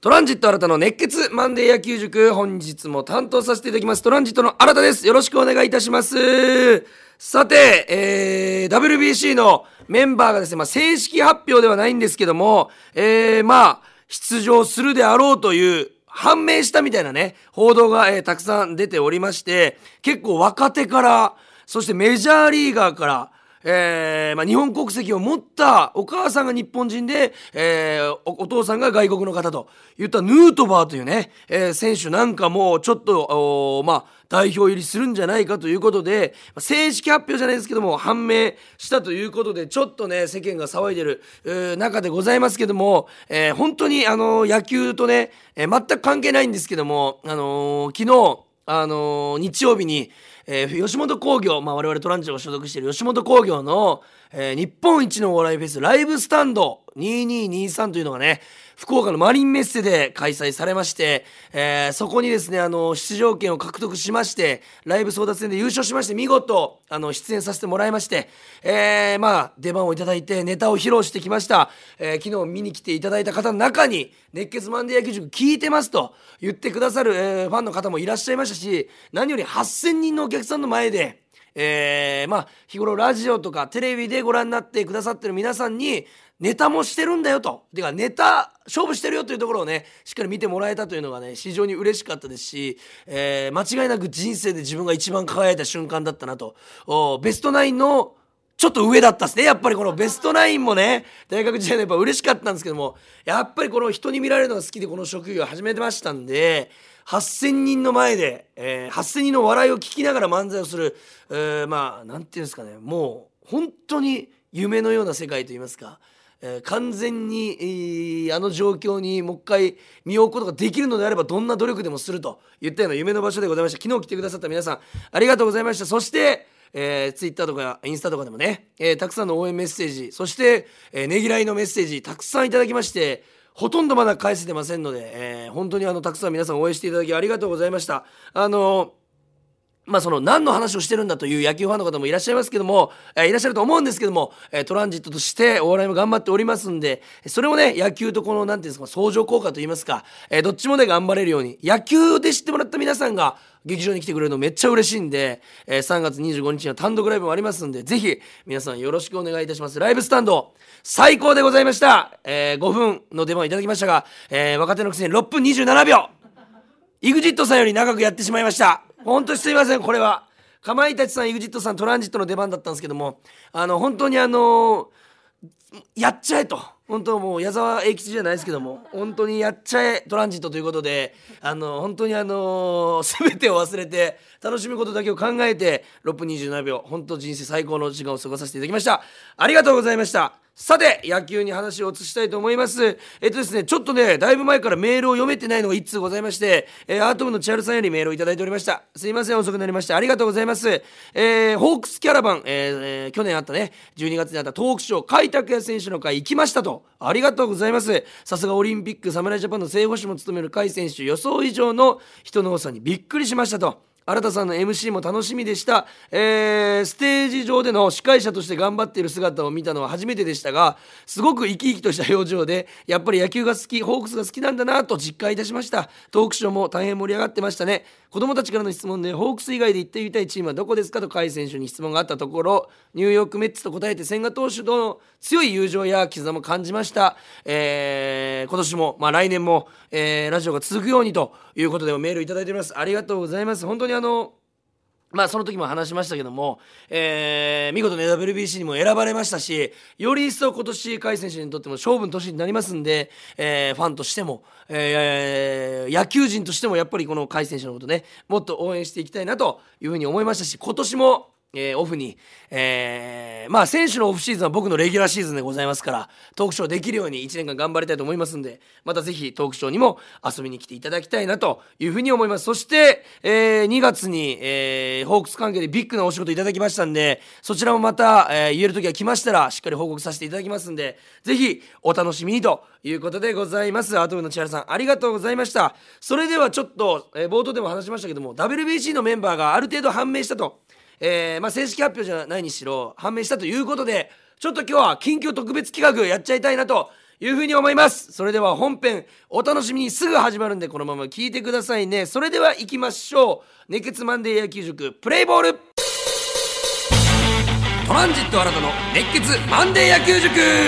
トランジット新たの熱血マンデー野球塾、本日も担当させていただきますトランジットの新田です。よろしくお願いいたします。さて、WBC のメンバーがですね、正式発表ではないんですけども、出場するであろうという判明したみたいなね報道が、たくさん出ておりまして、結構若手から、そしてメジャーリーガーから、日本国籍を持ったお母さんが日本人で、お父さんが外国の方といったヌートバーというね、選手なんかもちょっと代表入りするんじゃないかということで、正式発表じゃないですけども判明したということで、ちょっとね世間が騒いでる中でございますけども、本当に野球とね、全く関係ないんですけども、昨日日曜日に、吉本興業、我々トランジが所属している吉本興業の、日本一のお笑いフェスライブスタンド2223というのがね、福岡のマリンメッセで開催されまして、そこにですね出場権を獲得しまして、ライブ争奪戦で優勝しまして、見事出演させてもらいまして、出番をいただいてネタを披露してきました。昨日見に来ていただいた方の中に熱血マンデー野球塾聞いてますと言ってくださる、ファンの方もいらっしゃいましたし、何より8000人のお客さんの前で、日頃ラジオとかテレビでご覧になってくださってる皆さんにネタもしてるんだよと、てかネタ勝負してるよというところをねしっかり見てもらえたというのがね非常に嬉しかったですし、間違いなく人生で自分が一番輝いた瞬間だったなと。ベストナインのちょっと上だったですね。やっぱりこのベストナインもね大学時代でやっぱ嬉しかったんですけども、やっぱりこの人に見られるのが好きでこの職業を始めてましたんで、8000人の前で、8000人の笑いを聞きながら漫才をする、なんていうんですかね、もう本当に夢のような世界といいますか、完全に、あの状況にもう一回身を置くことができるのであればどんな努力でもするといったような夢の場所でございました。昨日来てくださった皆さんありがとうございました。そしてツイッターとかインスタとかでもね、たくさんの応援メッセージ、そして、ねぎらいのメッセージたくさんいただきまして、ほとんどまだ返せてませんので、本当にたくさん皆さん応援していただきありがとうございました。その何の話をしてるんだという野球ファンの方もいらっしゃいますけども、いらっしゃると思うんですけども、トランジットとしてお笑いも頑張っておりますんで、それをね野球とこのなんていうんですか相乗効果といいますか、どっちもで頑張れるように、野球で知ってもらった皆さんが劇場に来てくれるのめっちゃ嬉しいんで、3月25日には単独ライブもありますんで、ぜひ皆さんよろしくお願いいたします。ライブスタンド最高でございました。5分の出番いただきましたが、若手のくせに6分27秒 EXIT さんより長くやってしまいました。本当にすいません。これはかまいたちさん EXIT さんトランジットの出番だったんですけども、本当にやっちゃえと、本当もう矢沢永吉じゃないですけども、本当にやっちゃえトランジットということで、本当に全てを忘れて楽しむことだけを考えて6分27秒本当人生最高の時間を過ごさせていただきました。ありがとうございました。さて野球に話を移したいと思います。ですね、ちょっとねだいぶ前からメールを読めてないのが1通ございまして、アート部の千春さんよりメールをいただいておりました。すいません遅くなりましてありがとうございます。ホークスキャラバン、去年あったね12月にあったトークショー甲斐拓也選手の会行きましたと。ありがとうございます。さすがオリンピック侍ジャパンの正捕手も務める甲斐選手、予想以上の人の多さにびっくりしましたと。新田さんの MC も楽しみでした。ステージ上での司会者として頑張っている姿を見たのは初めてでしたが、すごく生き生きとした表情でやっぱり野球が好き、ホークスが好きなんだなと実感いたしました。トークショーも大変盛り上がってましたね。子供たちからの質問でホークス以外で行ってみたいチームはどこですかと甲斐選手に質問があったところ、ニューヨークメッツと答えて千賀投手との強い友情や絆も感じました。今年も、来年も、ラジオが続くようにということでメールいただいております。ありがとうございます。本当にその時も話しましたけども、見事に WBC にも選ばれましたし、より一層今年甲斐選手にとっても勝負の年になりますんで、ファンとしても、野球人としてもやっぱりこの甲斐選手のことねもっと応援していきたいなというふうに思いましたし、今年もオフに、選手のオフシーズンは僕のレギュラーシーズンでございますから、トークショーできるように1年間頑張りたいと思いますんで、またぜひトークショーにも遊びに来ていただきたいなというふうに思います。そして、2月に、ホークス関係でビッグなお仕事いただきましたんで、そちらもまた、言える時が来ましたらしっかり報告させていただきますんで、ぜひお楽しみにということでございます。アトムの千原さんありがとうございました。それではちょっと、冒頭でも話しましたけども WBC のメンバーがある程度判明したと、正式発表じゃないにしろ判明したということで、ちょっと今日は緊急特別企画やっちゃいたいなというふうに思います。それでは本編お楽しみに、すぐ始まるんでこのまま聞いてくださいね。それでは行きましょう。熱血マンデー野球塾プレイボール、トランジット新たの熱血マンデー野球塾。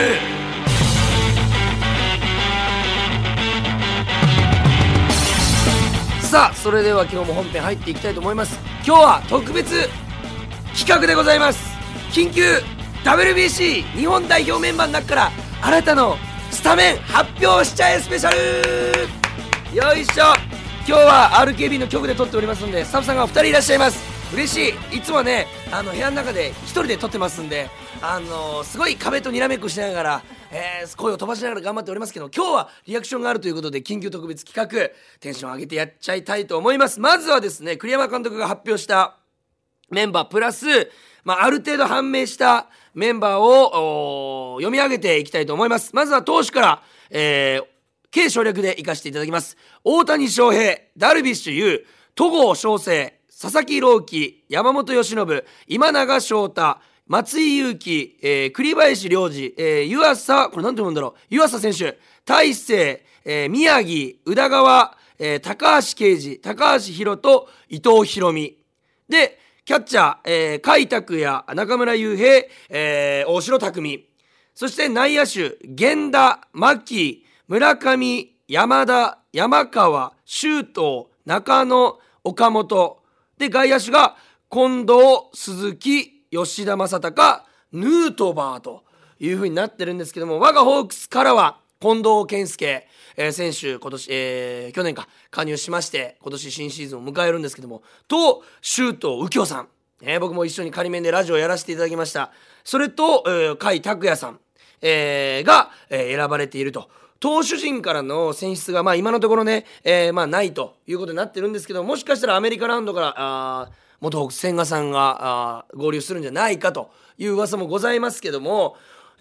さあ、それでは今日も本編入っていきたいと思います。今日は特別企画でございます。緊急 WBC 日本代表メンバーの中から新たのスタメン発表しちゃえスペシャル。よいしょ。今日は RKB の局で撮っておりますので、スタッフさんが2人いらっしゃいます。嬉しい。いつもね、部屋の中で1人で撮ってますんで、すごい壁とにらめっこしながら、声を飛ばしながら頑張っておりますけど、今日はリアクションがあるということで緊急特別企画、テンション上げてやっちゃいたいと思います。まずはですね、栗山監督が発表したメンバープラス、ある程度判明したメンバーを読み上げていきたいと思います。まずは投手から、軽省略でいかせていただきます。大谷翔平、ダルビッシュ有、戸郷翔征、佐々木朗希、山本由伸、今永昇太、松井裕樹、栗林良二、湯浅、これ何て読むんだろう、湯浅選手、大勢、宮城、宇田川、高橋奎二、高橋宏斗、伊藤大海で、キャッチャー、甲斐拓也、中村悠平、大城卓三。そして内野手、源田、牧、村上、山田、山川、周東、中野、岡本。で、外野手が近藤、鈴木、吉田正尚、ヌートバーという風になってるんですけども、我がホークスからは近藤健介、選手、今年、去年か加入しまして、今年新シーズンを迎えるんですけども、と周東右京さん、僕も一緒に仮面でラジオやらせていただきました。それと、甲斐拓也さん、が、選ばれていると。投手陣からの選出が今のところね、ないということになってるんですけど、もしかしたらアメリカラウンドから元ホークス千賀さんが合流するんじゃないかという噂もございますけども、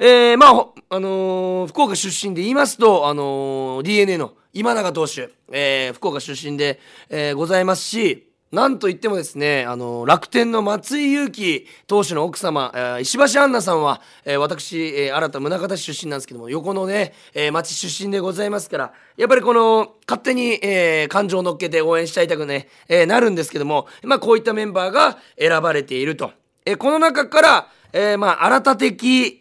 福岡出身で言いますと、DNA の今永投手、福岡出身で、ございますし、なんといってもですね、楽天の松井裕樹投手の奥様、石橋杏奈さんは、私、新田宗像市出身なんですけども、横のね、町出身でございますから、やっぱりこの勝手に、感情を乗っけて応援しちゃいたくね、なるんですけども、こういったメンバーが選ばれていると。この中から、新た的、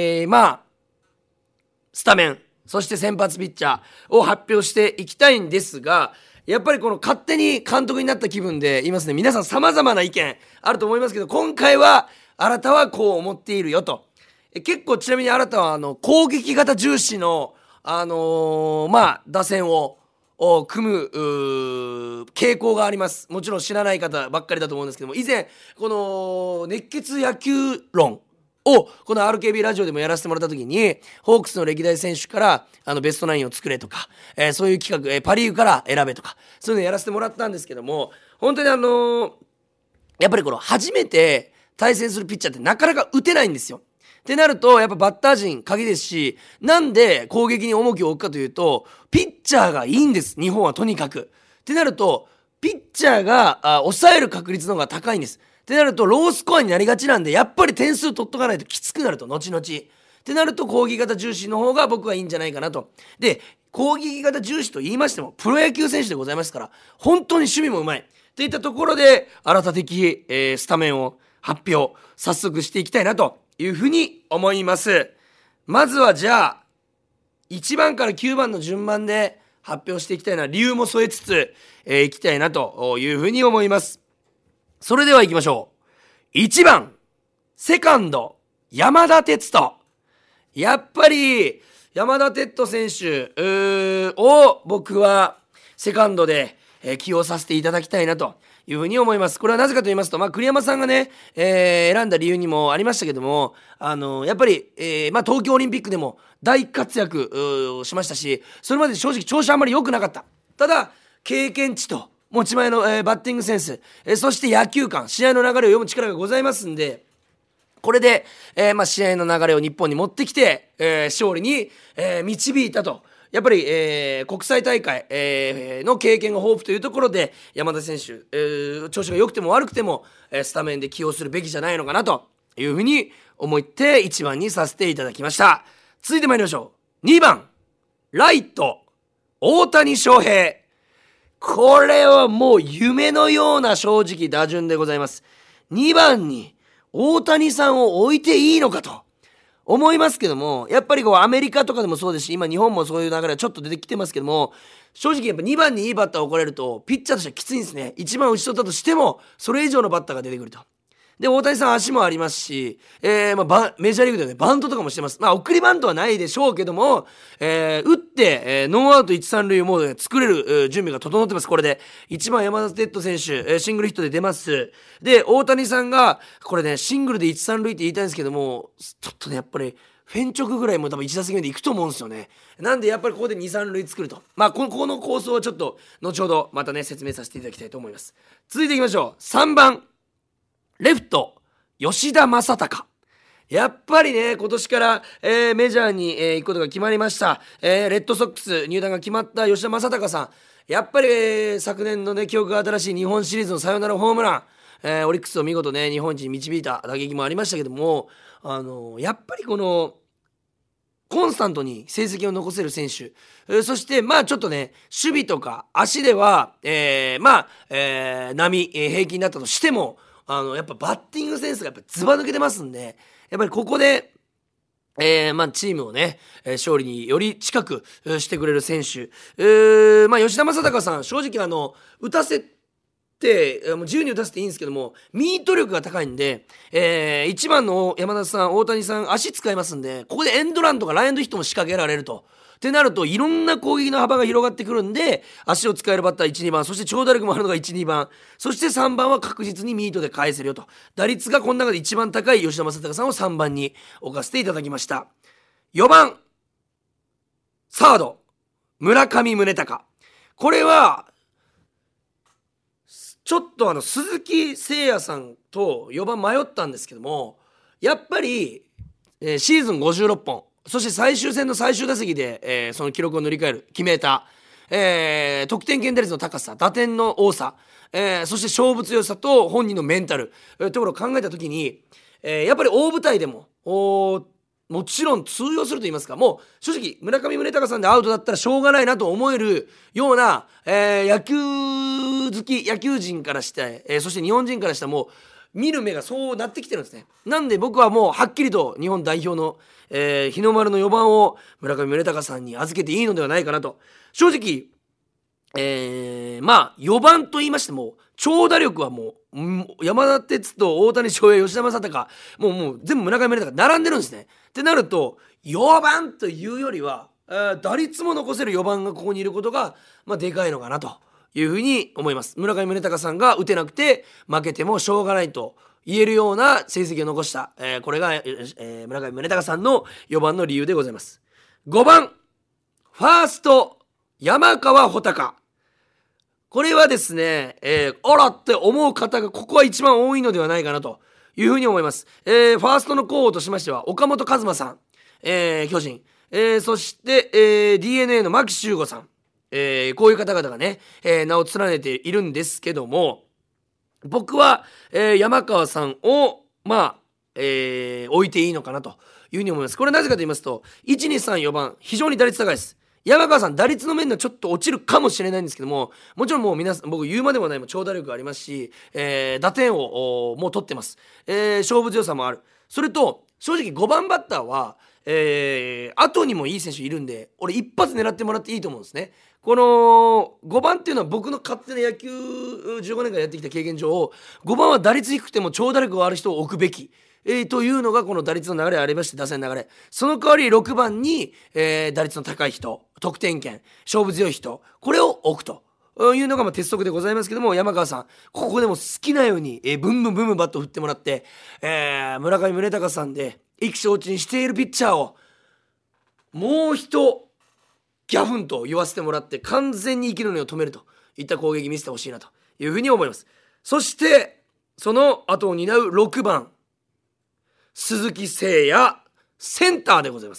スタメン、そして先発ピッチャーを発表していきたいんですが、やっぱりこの勝手に監督になった気分で言いますね。皆さん様々な意見あると思いますけど、今回は新たはこう思っているよと。結構ちなみに新たは攻撃型重視の打線を組む傾向があります。もちろん知らない方ばっかりだと思うんですけども、以前この熱血野球論をこの RKB ラジオでもやらせてもらった時に、ホークスの歴代選手からベストナインを作れとか、そういう企画、パリーグから選べとか、そういうのやらせてもらったんですけども、本当にやっぱりこの初めて対戦するピッチャーってなかなか打てないんですよ。ってなるとやっぱバッター陣鍵ですし、なんで攻撃に重きを置くかというと、ピッチャーがいいんです、日本はとにかく。ってなるとピッチャーが抑える確率の方が高いんです。ってなるとロースコアになりがちなんで、やっぱり点数取っとかないときつくなると、後々ってなると攻撃型重視の方が僕はいいんじゃないかなと。で、攻撃型重視と言いましてもプロ野球選手でございますから、本当に守備もうまいといったところで新た的、スタメンを発表早速していきたいなというふうに思います。まずはじゃあ1番から9番の順番で発表していきたいな、理由も添えつつ、いきたいなというふうに思います。それでは行きましょう。1番セカンド山田哲人。やっぱり山田哲人選手を僕はセカンドで起用させていただきたいなというふうに思います。これはなぜかと言いますと、栗山さんがね、選んだ理由にもありましたけども、やっぱり、東京オリンピックでも大活躍しましたし、それまで正直調子あんまり良くなかった。ただ経験値と持ち前の、バッティングセンス、そして野球観、試合の流れを読む力がございますんで、これで、試合の流れを日本に持ってきて、勝利に、導いたと。やっぱり、国際大会、の経験が豊富というところで、山田選手、調子が良くても悪くても、スタメンで起用するべきじゃないのかなというふうに思って1番にさせていただきました。続いて参りましょ 2番ライト大谷翔平。これはもう夢のような正直打順でございます。2番に大谷さんを置いていいのかと思いますけども、やっぱりこうアメリカとかでもそうですし、今日本もそういう流れはちょっと出てきてますけども、正直やっぱ2番にいいバッターを置かれるとピッチャーとしてはきついんですね。1番打ち取ったとしてもそれ以上のバッターが出てくると。で大谷さん足もありますし、メジャーリーグではねバントとかもしてます。送りバントはないでしょうけども、打って、ノーアウト1、3塁をもう、作れる準備が整ってます。これで1番山田哲人選手、シングルヒットで出ます。で大谷さんがこれねシングルで1、3塁って言いたいんですけども、ちょっとねやっぱりフェンチョクぐらいも多分1打席目でいくと思うんですよね。なんでやっぱりここで2、3塁作ると。この構想はちょっと後ほどまたね説明させていただきたいと思います。続いていきましょう。3番レフト吉田正尚。やっぱりね今年から、メジャーに、行くことが決まりました、レッドソックス入団が決まった吉田正尚さん。やっぱり、昨年のね記憶が新しい日本シリーズのサヨナラホームラン、オリックスを見事ね日本一に導いた打撃もありましたけども、やっぱりこのコンスタントに成績を残せる選手、そしてちょっとね守備とか足では、平均だったとしてもやっぱバッティングセンスがやっぱずば抜けてますんで、やっぱりここでチームをね、勝利により近くしてくれる選手、吉田正尚さん正直打たせて自由に打たせていいんですけどもミート力が高いんで、1番の山田さん大谷さん足使いますんで、ここでエンドランとかランエンドヒットも仕掛けられるとってなるといろんな攻撃の幅が広がってくるんで、足を使えるバッター 1,2 番、そして長打力もあるのが 1,2 番、そして3番は確実にミートで返せるよと。打率がこの中で一番高い吉田正尚さんを3番に置かせていただきました。4番サード村上宗隆。これはちょっと鈴木誠也さんと4番迷ったんですけども、やっぱり、シーズン56本、そして最終戦の最終打席で、その記録を塗り替える決めた、得点圏打率の高さ、打点の多さ、そして勝負強さと本人のメンタル、ところを考えた時に、やっぱり大舞台でももちろん通用すると言いますか、もう正直村上宗隆さんでアウトだったらしょうがないなと思えるような、野球好き野球人からして、そして日本人からしたらもう見る目がそうなってきてるんですね。なんで僕はもうはっきりと日本代表の、日の丸の4番を村上宗隆さんに預けていいのではないかなと。正直、4番と言いましても長打力はもう山田哲人大谷翔平吉田正尚もう全部村上宗隆並んでるんですね。ってなると4番というよりは、打率も残せる4番がここにいることが、でかいのかなというふうに思います。村上宗隆さんが打てなくて負けてもしょうがないと言えるような成績を残した、これが、村上宗隆さんの4番の理由でございます。5番ファースト山川穂高。これはですね、あらって思う方がここは一番多いのではないかなというふうに思います。ファーストの候補としましては岡本和真さん、巨人、そして、DNA の牧秀悟さん、こういう方々がね、名を連ねているんですけども、僕は、山川さんを置いていいのかなというふうに思います。これなぜかと言いますと 1,2,3,4 番非常に打率高いです。山川さん打率の面ではちょっと落ちるかもしれないんですけども、もちろんもう皆さん僕言うまでもないも長打力がありますし、打点をもう取ってます、勝負強さもある。それと正直5番バッターは、後にもいい選手いるんで俺一発狙ってもらっていいと思うんですね。この5番っていうのは僕の勝手な野球15年間やってきた経験上5番は打率低くても長打力がある人を置くべき、というのがこの打率の流れありまして、打線の流れ。その代わり6番に、打率の高い人、得点圏、勝負強い人、これを置くというのが鉄則でございますけども、山川さんここでも好きなように、ブンブンブンブンバット振ってもらって、村上宗隆さんで意気消沈しているピッチャーをもう一ギャフンと言わせてもらって完全に生きるのを止めるといった攻撃見せてほしいなというふうに思います。そしてその後を担う6番鈴木誠也センターでございます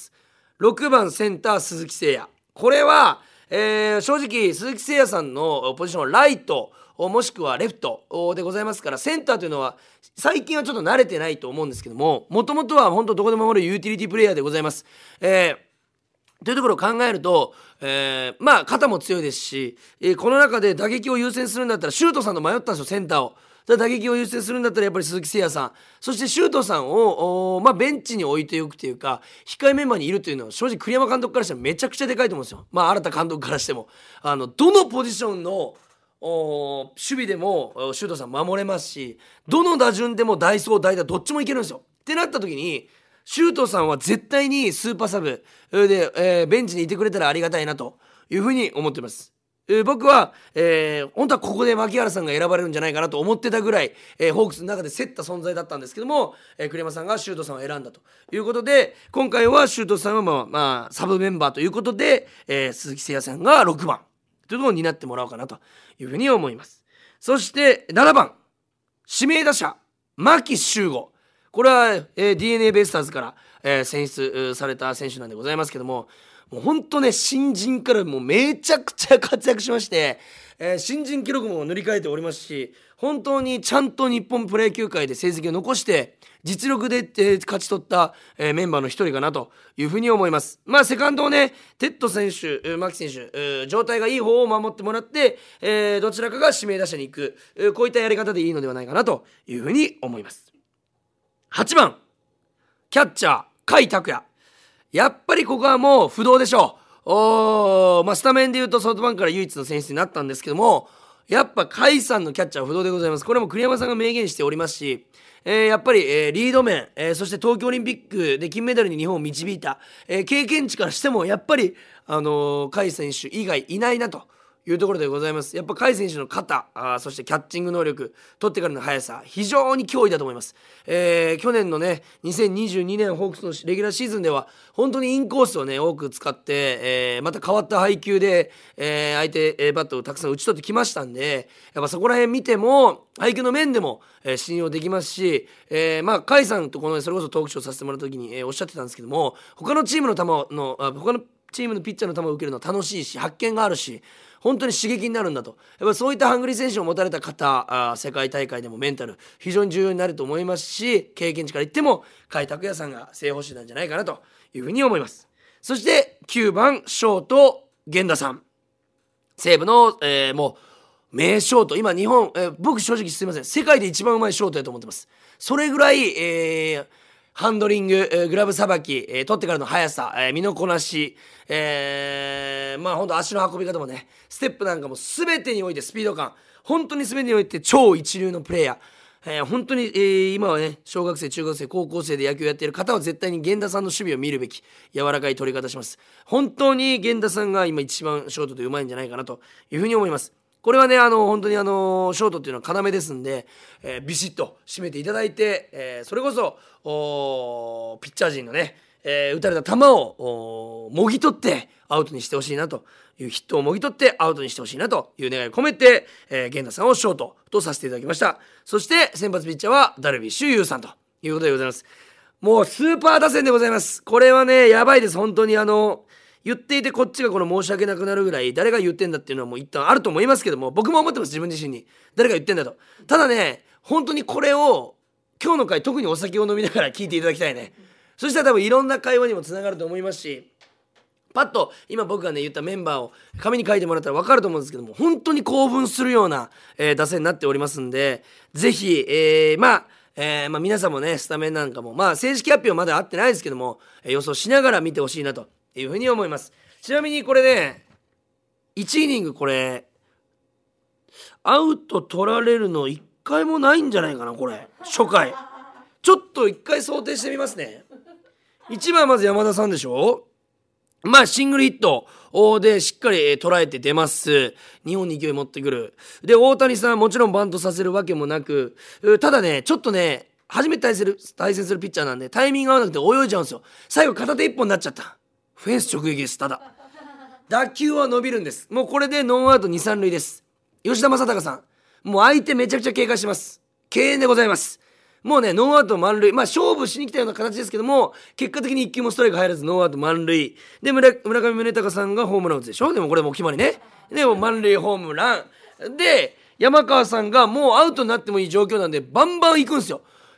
。6番センター鈴木誠也、これは、正直鈴木誠也さんのポジションはライトもしくはレフトでございますから、センターというのは最近はちょっと慣れてないと思うんですけども、もともとは本当どこでも守るユーティリティプレイヤーでございます。 というところを考えると、まあ肩も強いですし、この中で打撃を優先するんだったらシュートさんと迷ったんですよ、センターを。打撃を優先するんだったらやっぱり鈴木誠也さん、そしてシュートさんをまあ、ベンチに置いておくというか控えメンバーにいるというのは正直栗山監督からしてもめちゃくちゃでかいと思うんですよ。まあ新田監督からしてもどのポジションの守備でもシュートさん守れますし、どの打順でも代走代打どっちもいけるんですよ。ってなった時にシュートさんは絶対にスーパーサブで、ベンチにいてくれたらありがたいなというふうに思ってます。僕は、本当はここで牧原さんが選ばれるんじゃないかなと思ってたぐらい、ホークスの中で競った存在だったんですけども、栗山さんがシュートさんを選んだということで、今回はシュートさんはまあサブメンバーということで、鈴木誠也さんが6番というところになってもらおうかなというふうに思います。そして7番指名打者牧秀悟、これは、DNA ベイスターズから、選出された選手なんでございますけども、もう本当ね新人からもうめちゃくちゃ活躍しまして、新人記録も塗り替えておりますし、本当にちゃんと日本プロ野球界で成績を残して実力で、勝ち取った、メンバーの一人かなというふうに思います。まあセカンドをねテッド選手牧選手、状態がいい方を守ってもらって、どちらかが指名打者に行く、こういったやり方でいいのではないかなというふうに思います。8番キャッチャー甲斐拓也、やっぱりここはもう不動でしょう。まあ、スタメンでいうとソフトバンクから唯一の選出になったんですけども、やっぱ甲斐さんのキャッチャーは不動でございます。これも栗山さんが明言しておりますし、やっぱり、リード面、そして東京オリンピックで金メダルに日本を導いた、経験値からしてもやっぱり、甲斐選手以外いないなというところでございます。やっぱ甲斐選手の肩、そしてキャッチング能力、取ってからの速さ、非常に脅威だと思います。去年のね2022年ホークスのレギュラーシーズンでは本当にインコースをね多く使って、また変わった配球で、相手、バットをたくさん打ち取ってきましたんで、やっぱそこら辺見ても配球の面でも、信用できますし、まあ甲斐さんとこのそれこそトークショーさせてもらった時に、おっしゃってたんですけども、他のチームの球の他のチームのピッチャーの球を受けるのは楽しいし発見があるし本当に刺激になるんだと、やっぱそういったハングリー選手を持たれた方、世界大会でもメンタル非常に重要になると思いますし、経験値から言っても甲斐拓也さんが正捕手なんじゃないかなというふうに思います。そして9番ショート源田さん、西武の、もう名ショート、今日本、僕正直すいません世界で一番うまいショートだと思ってます。それぐらい、ハンドリング、グラブさばき、取ってからの速さ、身のこなし、まあ本当足の運び方もねステップなんかも全てにおいてスピード感、本当に全てにおいて超一流のプレイヤー、本当に、今はね小学生中学生高校生で野球やっている方は絶対に源田さんの守備を見るべき柔らかい取り方します。本当に源田さんが今一番ショートでうまいんじゃないかなというふうに思います。これはね本当にショートっていうのは要ですんで、ビシッと締めていただいて、それこそピッチャー陣のね、打たれた球をもぎ取ってアウトにしてほしいなという、ヒットをもぎ取ってアウトにしてほしいなという願いを込めて、源田さんをショートとさせていただきました。そして先発ピッチャーはダルビッシュ有さんということでございます。もうスーパー打線でございます。これはねやばいです。本当に言っていてこっちがこの申し訳なくなるぐらい誰が言ってんだっていうのはもう一旦あると思いますけども、僕も思ってます。自分自身に誰が言ってんだと。ただね本当にこれを今日の回特にお酒を飲みながら聞いていただきたいね。そしたら多分いろんな会話にもつながると思いますし、パッと今僕がね言ったメンバーを紙に書いてもらったら分かると思うんですけども、本当に興奮するような、打線になっておりますんで、ぜひ、まあ皆さんもねスタメンなんかも正式発表まだあってないですけども、予想しながら見てほしいなというふうに思います。ちなみにこれね1イニングこれアウト取られるの1回もないんじゃないかな。これ初回ちょっと1回想定してみますね。1番まず山田さんでしょ。シングルヒットでしっかり捉えて出ます。日本に勢い持ってくる。で大谷さんもちろんバントさせるわけもなく、ただねちょっとね初めて対戦するピッチャーなんでタイミング合わなくて泳いじゃうんですよ。最後片手一本になっちゃった。フェンス直撃です。ただ打球は伸びるんです。もうこれでノーアウト 2,3 塁です。吉田正尚さんもう相手めちゃくちゃ警戒してます。敬遠でございます。もうねノーアウト満塁、勝負しに来たような形ですけども、結果的に1球もストライク入らずノーアウト満塁で村上宗隆さんがホームラン打つでしょ。でもこれもう決まりね。でも満塁ホームランで山川さんがもうアウトになってもいい状況なんでバンバン行くんですよ。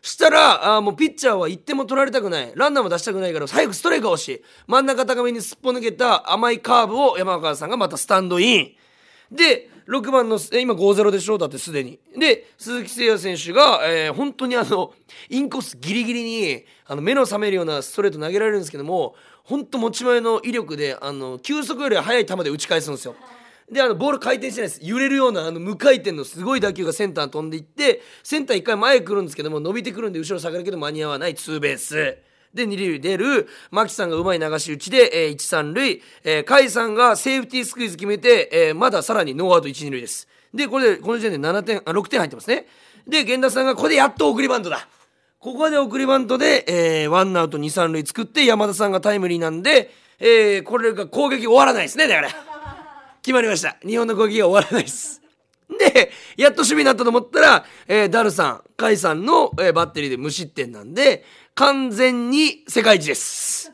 したらもうピッチャーは1点も取られたくない、ランナーも出したくないから早くストライクが欲しい、真ん中高めにすっぽ抜けた甘いカーブを山川さんがまたスタンドインで、6番の今 5-0 でしょ、だってすでに。で鈴木誠也選手が、本当にインコースギリギリに目の覚めるようなストレート投げられるんですけども、本当持ち前の威力で球速より速い球で打ち返すんですよ。でボール回転してないです。揺れるような無回転のすごい打球がセンターに飛んでいって、センター1回前来るんですけども、伸びてくるんで後ろ下がるけど間に合わないツーベースで二塁出る。牧さんがうまい流し打ちで、1、3塁、甲斐さんがセーフティースクイズ決めて、まださらにノーアウト1、2塁です。でこの時点で6点入ってますね。で源田さんがここでやっと送りバントだ。ここで送りバントで、ワンアウト2、3塁作って山田さんがタイムリーなんで、これが攻撃終わらないですね。だから決まりました。日本の攻撃が終わらないです。でやっと守備になったと思ったら、ダルさん甲斐さんの、バッテリーで無失点なんで完全に世界一です。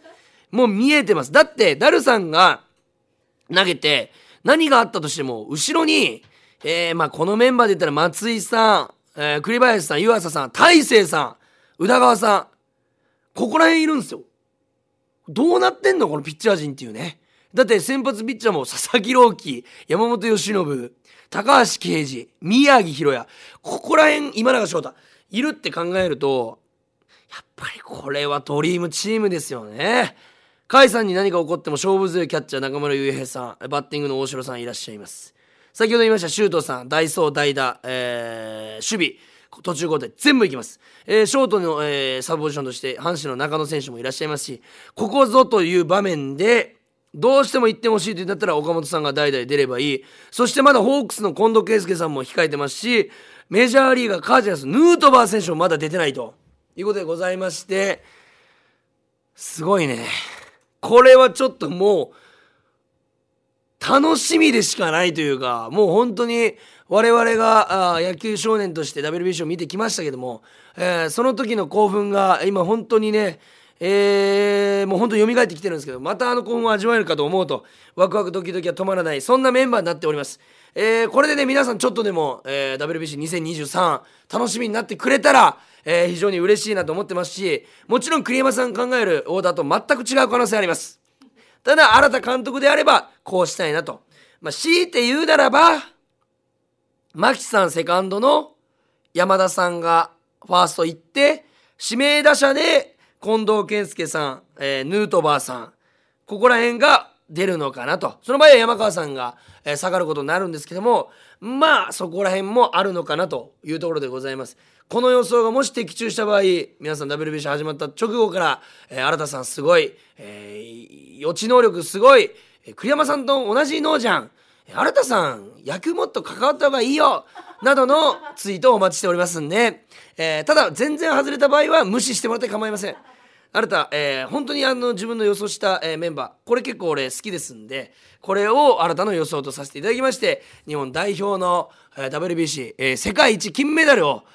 もう見えてます。だってダルさんが投げて何があったとしても後ろに、このメンバーで言ったら松井さん、栗林さん、湯浅さん、大勢さん、宇田川さん、ここら辺いるんですよ。どうなってんのこのピッチャー陣っていうね。だって先発ピッチャーも佐々木朗希、山本由伸、高橋奎二、宮城大弥、ここら辺今永昇太いるって考えると、やっぱりこれはドリームチームですよね。甲斐さんに何か起こっても勝負強いキャッチャー中村悠平さん、バッティングの大城さんいらっしゃいます。先ほど言いました周東さん、代走代打、守備途中交代全部いきます。ショートの、サブポジションとして阪神の中野選手もいらっしゃいますし、ここぞという場面でどうしても1点欲しいと言うんだったら岡本さんが代打で出ればいい。そしてまだホークスの近藤圭介さんも控えてますし、メジャーリーガーカージナルスヌートバー選手もまだ出てないということでございまして、すごいね。これはちょっともう楽しみでしかないというか、もう本当に我々が野球少年として WBC を見てきましたけども、その時の興奮が今本当にね、もう本当に蘇ってきてるんですけど、また興奮を味わえるかと思うとワクワクドキドキは止まらない、そんなメンバーになっております。これでね皆さんちょっとでも、WBC2023 楽しみになってくれたら、非常に嬉しいなと思ってますし、もちろん栗山さん考えるオーダーと全く違う可能性あります。ただ新田監督であればこうしたいなと、強いて言うならば牧さんセカンドの山田さんがファースト行って指名打者で近藤健介さん、ヌートバーさん、ここら辺が出るのかなと。その場合は山川さんが、下がることになるんですけども、そこら辺もあるのかなというところでございます。この予想がもし的中した場合、皆さん WBC 始まった直後から、新田さんすごい、予知能力すごい、栗山さんと同じ脳じゃん、新田さん野球もっと関わった方がいいよなどのツイートをお待ちしておりますんで、ただ全然外れた場合は無視してもらって構いません。新田、本当に自分の予想した、メンバーこれ結構俺好きですんで、これを新たの予想とさせていただきまして、日本代表の、WBC、世界一金メダルを、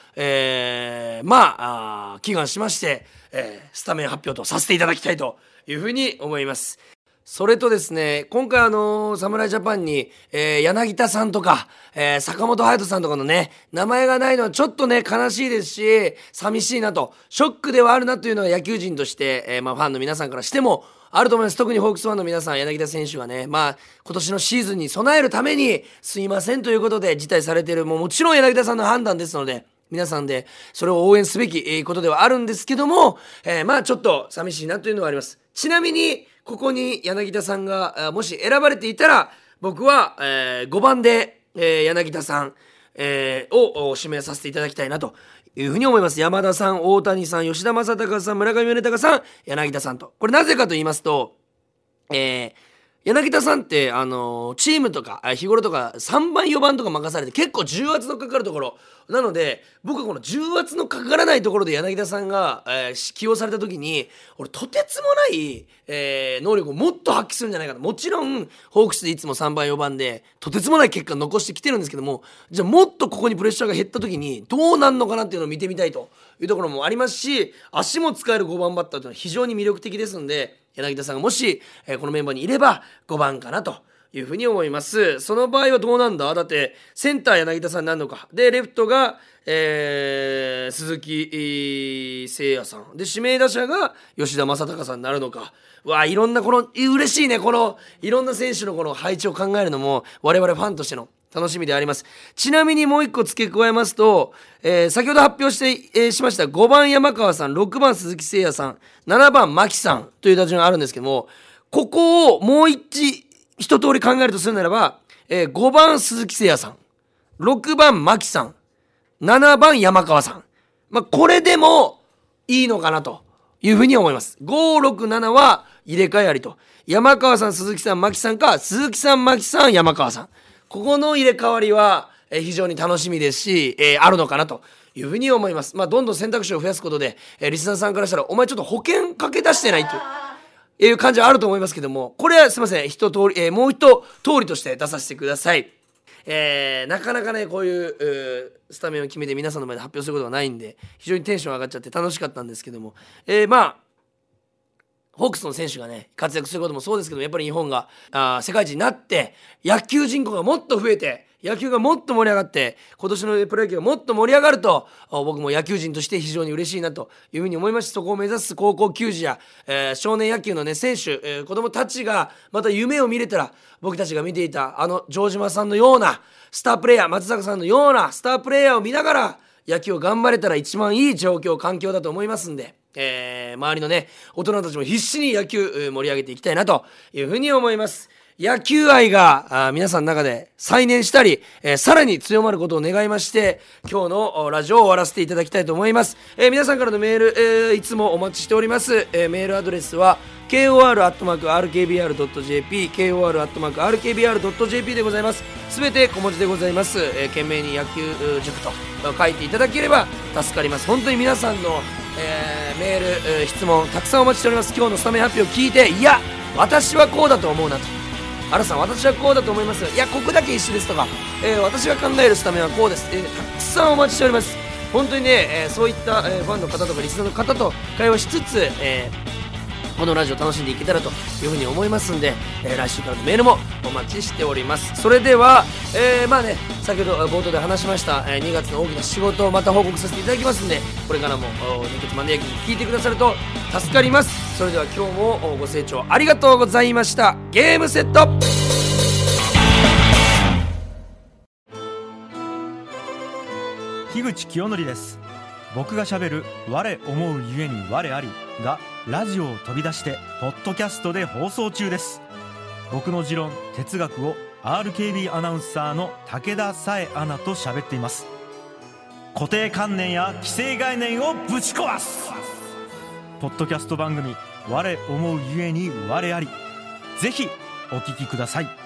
祈願しまして、スタメン発表とさせていただきたいというふうに思います。それとですね、今回侍ジャパンに、柳田さんとか、坂本勇人さんとかのね名前がないのはちょっとね悲しいですし寂しいなと、ショックではあるなというのは野球人として、ファンの皆さんからしてもあると思います。特にホークスファンの皆さん、柳田選手はね、今年のシーズンに備えるためにすいませんということで辞退されている、もちろん柳田さんの判断ですので皆さんでそれを応援すべきことではあるんですけども、ちょっと寂しいなというのはあります。ちなみにここに柳田さんがもし選ばれていたら僕は、5番で、柳田さん、を指名させていただきたいなというふうに思います。山田さん、大谷さん、吉田正尚さん、村上宗隆さん、柳田さんと。これなぜかと言いますと、柳田さんってチームとか日頃とか3番4番とか任されて結構重圧のかかるところなので、僕はこの重圧のかからないところで柳田さんが、起用された時に俺とてつもない、能力をもっと発揮するんじゃないかと。もちろんホークスでいつも3番4番でとてつもない結果を残してきてるんですけども、じゃあもっとここにプレッシャーが減った時にどうなんのかなっていうのを見てみたいというところもありますし、足も使える5番バッターというのは非常に魅力的ですので、柳田さんがもし、このメンバーにいれば5番かなというふうに思います。その場合はどうなんだ？だってセンター柳田さんになるのかで、レフトが、鈴木誠也さんで、指名打者が吉田正尚さんになるのか。いろんなこの嬉しいね、このいろんな選手のこの配置を考えるのも我々ファンとしての楽しみであります。ちなみにもう一個付け加えますと、先ほど発表して、しました5番山川さん、6番鈴木誠也さん、7番牧さんという打順があるんですけども、ここをもう一通り考えるとするならば、5番鈴木誠也さん、6番牧さん、7番山川さん、これでもいいのかなというふうに思います。5、6、7は入れ替えありと、山川さん、鈴木さん、牧さんか、鈴木さん、牧さん、山川さん、ここの入れ替わりは非常に楽しみですし、あるのかなというふうに思います。どんどん選択肢を増やすことで、リスナーさんからしたらお前ちょっと保険かけ出してないという感じはあると思いますけども、これはすいません、一通り、もう一通りとして出させてください。なかなかねこういうスタメンを決めて皆さんの前で発表することがないんで、非常にテンション上がっちゃって楽しかったんですけども、ホークスの選手がね活躍することもそうですけども、やっぱり日本が世界一になって野球人口がもっと増えて野球がもっと盛り上がって、今年のプロ野球がもっと盛り上がると、僕も野球人として非常に嬉しいなというふうに思いますし、そこを目指す高校球児や、少年野球のね選手、子供たちがまた夢を見れたら、僕たちが見ていた城島さんのようなスタープレイヤー、松坂さんのようなスタープレイヤーを見ながら野球を頑張れたら一番いい状況環境だと思いますんで、周りのね大人たちも必死に野球盛り上げていきたいなというふうに思います。野球愛が皆さんの中で再燃したり、さらに強まることを願いまして、今日のラジオを終わらせていただきたいと思います。皆さんからのメール、いつもお待ちしております。メールアドレスは kor@rkbr.jp kor@rkbr.jp でございます。すべて小文字でございます。懸命に野球塾と書いていただければ助かります。本当に皆さんの、メール、質問たくさんお待ちしております。今日のスタメン発表を聞いて、いや私はこうだと思うなと、原さん私はこうだと思います、いやここだけ一緒ですとか、私が考えるスタメンはこうです、たくさんお待ちしております。本当にね、そういった、ファンの方とかリスナーの方と会話しつつ、このラジオ楽しんでいけたらというふうに思いますんで、来週からのメールもお待ちしております。それでは、先ほど冒頭で話しました、2月の大きな仕事をまた報告させていただきますんで、これからも熱血マンデー野球聞いてくださると助かります。それでは今日もご清聴ありがとうございました。ゲームセット。 樋口清則です。僕が喋る我思うゆえに我ありがラジオを飛び出してポッドキャストで放送中です。僕の持論哲学を RKB アナウンサーの武田紗恵アナと喋っています。固定観念や既成概念をぶち壊すポッドキャスト番組我思うゆえに我あり、ぜひお聞きください。